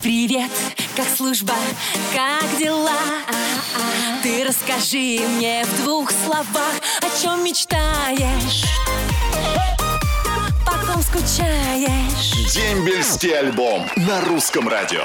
Привет, как служба, как дела? Ты расскажи мне в 2 словах, о чем мечтаешь, потом скучаешь. Дембельский альбом на русском радио.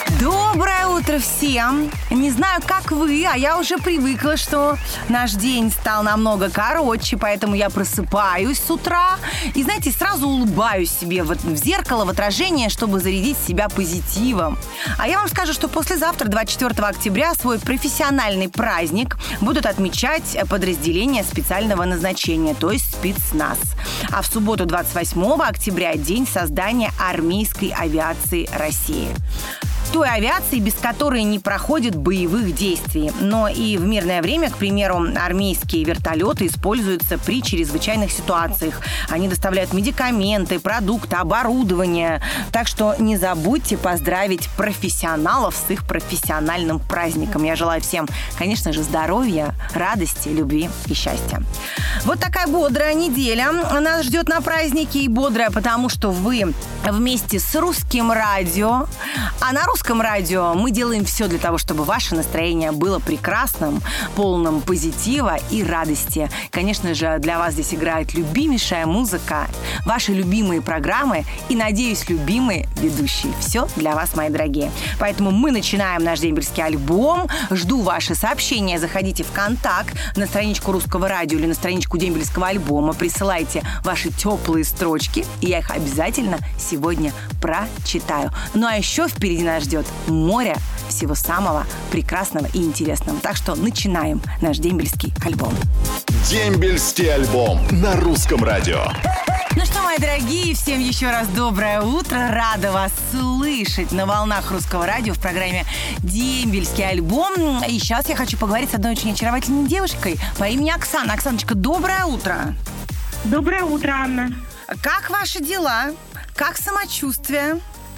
Доброе утро всем! Не знаю, как вы, а я уже привыкла, что наш день стал намного короче, поэтому я просыпаюсь с утра и, знаете, сразу улыбаюсь себе в зеркало, в отражение, чтобы зарядить себя позитивом. А я вам скажу, что послезавтра, 24 октября, свой профессиональный праздник будут отмечать подразделения специального назначения, то есть спецназ. А в субботу, 28 октября, день создания армейской авиации России. Той авиации, без которой не проходит боевых действий. Но и в мирное время, к примеру, армейские вертолеты используются при чрезвычайных ситуациях. Они доставляют медикаменты, продукты, оборудование. Так что не забудьте поздравить профессионалов с их профессиональным праздником. Я желаю всем, конечно же, здоровья, радости, любви и счастья. Вот такая бодрая неделя нас ждет на празднике. И бодрая, потому что вы вместе с Русским радио. А на Русском радио мы делаем все для того, чтобы ваше настроение было прекрасным, полным позитива и радости. Конечно же, для вас здесь играет любимейшая музыка, ваши любимые программы и, надеюсь, любимые ведущие. Все для вас, мои дорогие. Поэтому мы начинаем наш дембельский альбом. Жду ваши сообщения. Заходите в «Контакт», на страничку Русского радио или на страничку дембельского альбома. Присылайте ваши теплые строчки, и я их обязательно сегодня прочитаю. Ну а еще впереди нас ждет море всего самого прекрасного и интересного. Так что начинаем наш дембельский альбом. Дембельский альбом на русском радио. Ну что, мои дорогие, всем еще раз доброе утро. Рада вас слышать на волнах Русского радио в программе «Дембельский альбом». И сейчас я хочу поговорить с одной очень очаровательной девушкой по имени Оксана. Оксаночка, доброе утро. Доброе утро, Анна. Как ваши дела? Как самочувствие?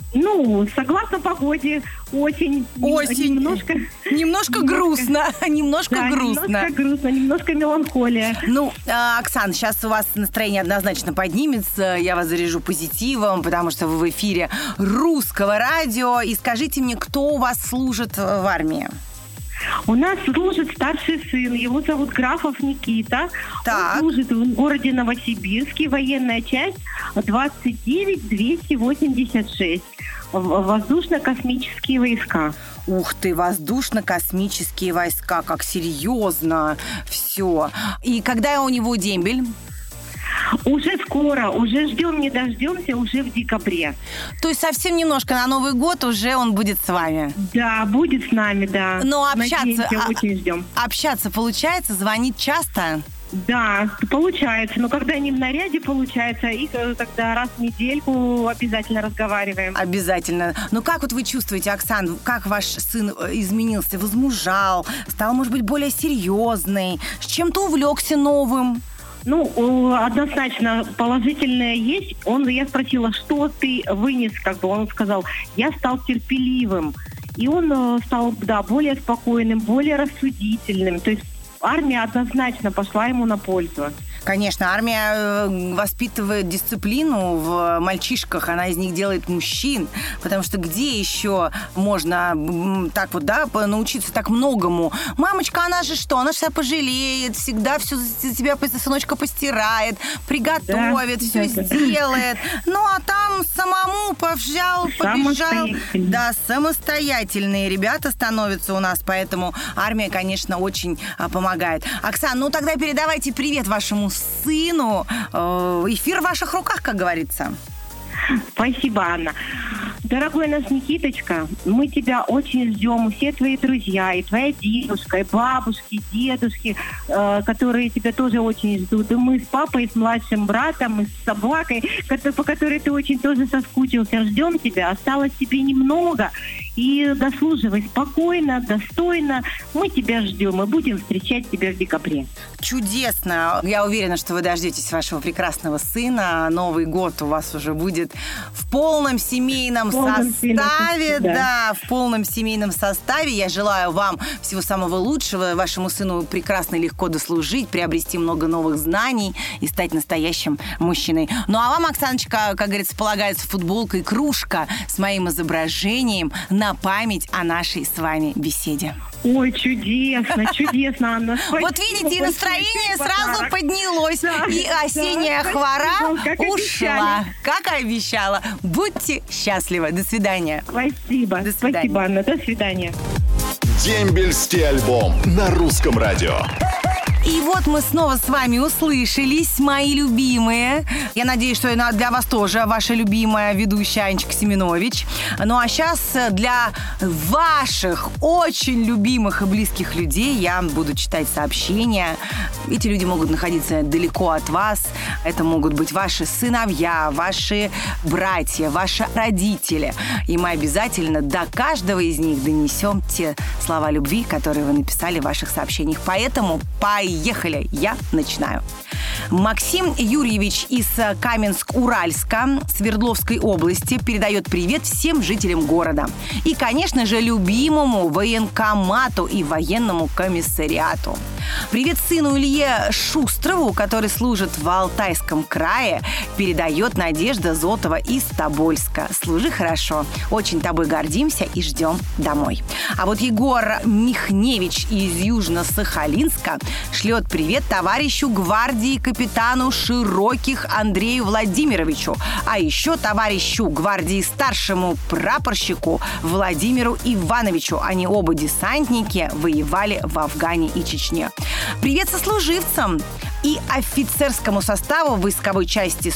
Ну, согласно погоде, осень. Немножко грустно. Немножко грустно, немножко меланхолия. Ну, Оксан, сейчас у вас настроение однозначно поднимется. Я вас заряжу позитивом, потому что вы в эфире Русского радио. И скажите мне, кто у вас служит в армии? У нас служит старший сын, его зовут Графов Никита. Так. Он служит в городе Новосибирске, военная часть 29286, воздушно-космические войска. Ух ты, воздушно-космические войска, как серьезно все. И когда у него дембель? Уже скоро, уже ждем, не дождемся, уже в декабре. То есть совсем немножко на Новый год уже он будет с вами? Да, будет с нами, да. Но Надеемся, очень ждем. Общаться получается? Звонить часто? Да, получается. Но когда не в наряде, получается, и тогда раз в недельку обязательно разговариваем. Обязательно. Ну как вот вы чувствуете, Оксан, как ваш сын изменился, возмужал, стал, может быть, более серьезный, с чем-то увлекся новым? Ну, однозначно положительное есть. Я спросила, что ты вынес, он сказал, я стал терпеливым. И он стал, более спокойным, более рассудительным. То есть армия однозначно пошла ему на пользу. Конечно, армия воспитывает дисциплину в мальчишках, она из них делает мужчин, потому что где еще можно научиться так многому? Мамочка, она же что? Она же себя пожалеет, всегда все за тебя, сыночка, постирает, приготовит, все сделает. Ну, а там самому побежал. Да, самостоятельные ребята становятся у нас, поэтому армия, конечно, очень помогает. Оксана, ну тогда передавайте привет вашему сыну. Эфир в ваших руках, как говорится. Спасибо, Анна. Дорогой наш Никиточка, мы тебя очень ждем, все твои друзья, и твоя дедушка, и бабушки, дедушки, которые тебя тоже очень ждут. И мы с папой, с младшим братом, и с собакой, по которой ты очень тоже соскучился. Ждем тебя, осталось тебе немного. и дослуживай спокойно, достойно. Мы тебя ждем и будем встречать тебя в декабре. Чудесно. Я уверена, что вы дождетесь вашего прекрасного сына. Новый год у вас уже будет в полном семейном составе. Да, в полном семейном составе. Я желаю вам всего самого лучшего. Вашему сыну прекрасно и легко дослужить, приобрести много новых знаний и стать настоящим мужчиной. Ну а вам, Оксаночка, как говорится, полагается футболка и кружка с моим изображением на память о нашей с вами беседе. Ой, чудесно, чудесно, Анна. Вот видите, и настроение сразу поднялось, и осенняя хвора ушла, как и обещала. Будьте счастливы. До свидания. Спасибо. До свидания. Спасибо, Анна. До свидания. Дембельский альбом на Русском радио. И вот мы снова с вами услышались, мои любимые. Я надеюсь, что для вас тоже ваша любимая ведущая Анечка Семенович. Ну а сейчас для ваших очень любимых и близких людей я буду читать сообщения. Эти люди могут находиться далеко от вас. Это могут быть ваши сыновья, ваши братья, ваши родители. И мы обязательно до каждого из них донесем те слова любви, которые вы написали в ваших сообщениях. Поэтому поехали, я начинаю. Максим Юрьевич из Каменск-Уральска, Свердловской области, передает привет всем жителям города. И, конечно же, любимому военкомату и военному комиссариату. Привет сыну Илье Шустрову, который служит в Алтайском крае, передает Надежда Зотова из Тобольска. Служи хорошо. Очень тобой гордимся и ждем домой. А вот Егор Михневич из Южно-Сахалинска шлет привет товарищу гвардии капитану Широких Андрею Владимировичу, а еще товарищу гвардии старшему прапорщику Владимиру Ивановичу. Они оба десантники, воевали в Афгане и Чечне. Привет сослуживцам и офицерскому составу войсковой части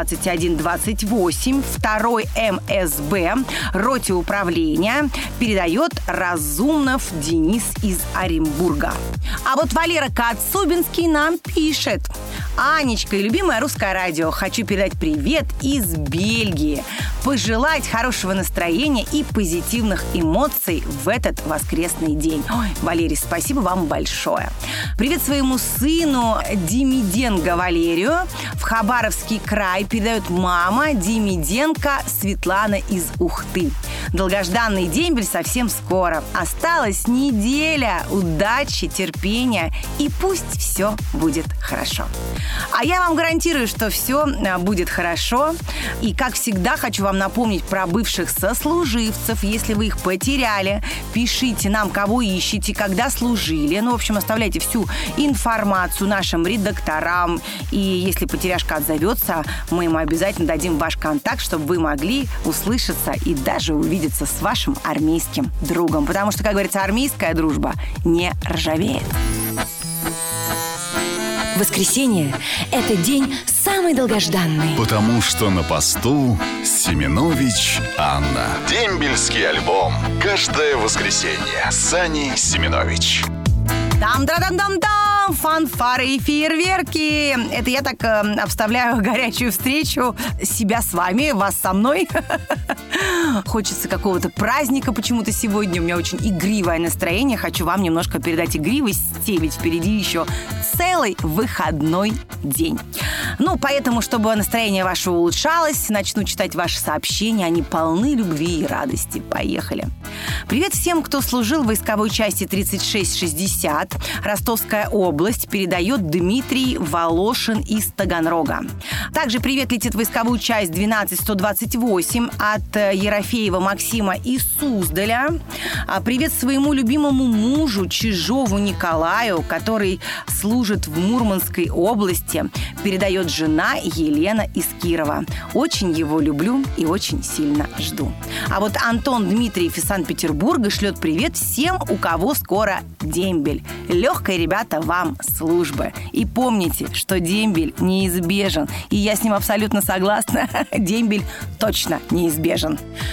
121-28 2-й МСБ роте управления передает Разумнов Денис из Оренбурга. А вот Валера Коцубинский нам пишет: Анечка и любимое русское радио, хочу передать привет из Бельгии. Пожелать хорошего настроения и позитивных эмоций в этот воскресный день. Ой, Валерий, спасибо вам большое. Привет своему сыну Демиденко Валерию. В Хабаровский край передает мама Демиденко Светлана из Ухты. Долгожданный дембель совсем скоро. Осталась неделя. Удачи, терпения и пусть все будет хорошо. А я вам гарантирую, что все будет хорошо. И, как всегда, хочу вам напомнить про бывших сослуживцев. Если вы их потеряли, пишите нам, кого ищете, когда служили. Ну, в общем, оставляйте всю информацию нашим редакторам. И если потеряшка отзовется, мы ему обязательно дадим ваш контакт, чтобы вы могли услышаться и даже увидеться с вашим армейским другом. Потому что, как говорится, армейская дружба не ржавеет. Воскресенье – это день самый долгожданный. Потому что на посту Семенович Анна. Дембельский альбом. Каждое воскресенье с Аней Семенович. Там-да-дам-дам-дам! Фанфары и фейерверки! Это я так обставляю горячую встречу себя с вами, вас со мной. Хочется какого-то праздника почему-то сегодня. У меня очень игривое настроение. Хочу вам немножко передать игривости, ведь впереди еще целый выходной день. Ну, поэтому, чтобы настроение ваше улучшалось, начну читать ваши сообщения. Они полны любви и радости. Поехали. Привет всем, кто служил в войсковой части 3660. Ростовская область, передает Дмитрий Волошин из Таганрога. Также привет летит в войсковую часть 12128 от Ерофеева Максима из Суздаля. Привет своему любимому мужу Чижову Николаю, который служит в Мурманской области, передает жена Елена из Кирова. Очень его люблю и очень сильно жду. А вот Антон Дмитриев из Санкт-Петербурга шлет привет всем, у кого скоро дембель. Легкой, ребята, вам службы. И помните, что дембель неизбежен. И я с ним абсолютно согласна. Дембель точно неизбежен.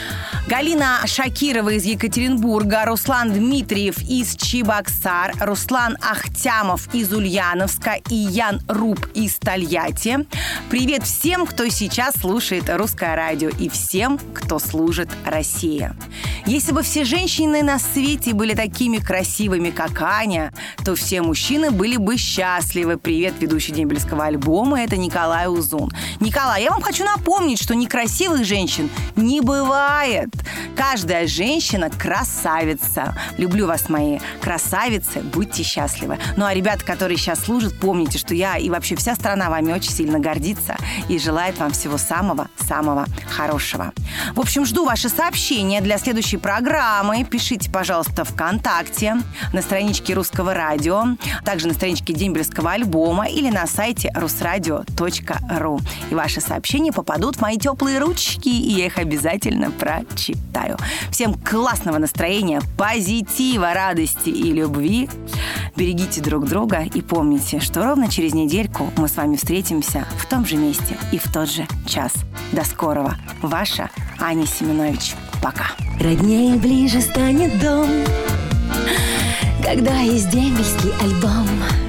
Галина Шакирова из Екатеринбурга, Руслан Дмитриев из Чебоксар, Руслан Ахтямов из Ульяновска и Ян Руб из Тольятти. Привет всем, кто сейчас слушает Русское радио и всем, кто служит России. Если бы все женщины на свете были такими красивыми, как Аня, то все мужчины были бы счастливы. Привет, ведущий дембельского альбома, это Николай Узун. Николай, я вам хочу напомнить, что некрасивых женщин не бывает. Каждая женщина красавица. Люблю вас, мои красавицы, будьте счастливы. Ну а ребята, которые сейчас служат, помните, что я и вообще вся страна вами очень сильно гордится и желает вам всего самого-самого хорошего. В общем, жду ваши сообщения для следующей программы. Пишите, пожалуйста, ВКонтакте, на страничке Русского радио, также на страничке дембельского альбома или на сайте rusradio.ru. И ваши сообщения попадут в мои теплые ручки, и я их обязательно прочитаю. Всем классного настроения, позитива, радости и любви. Берегите друг друга и помните, что ровно через недельку мы с вами встретимся в том же месте и в тот же час. До скорого. Ваша Аня Семенович. Пока. Роднее ближе станет дом, когда есть дембельский альбом.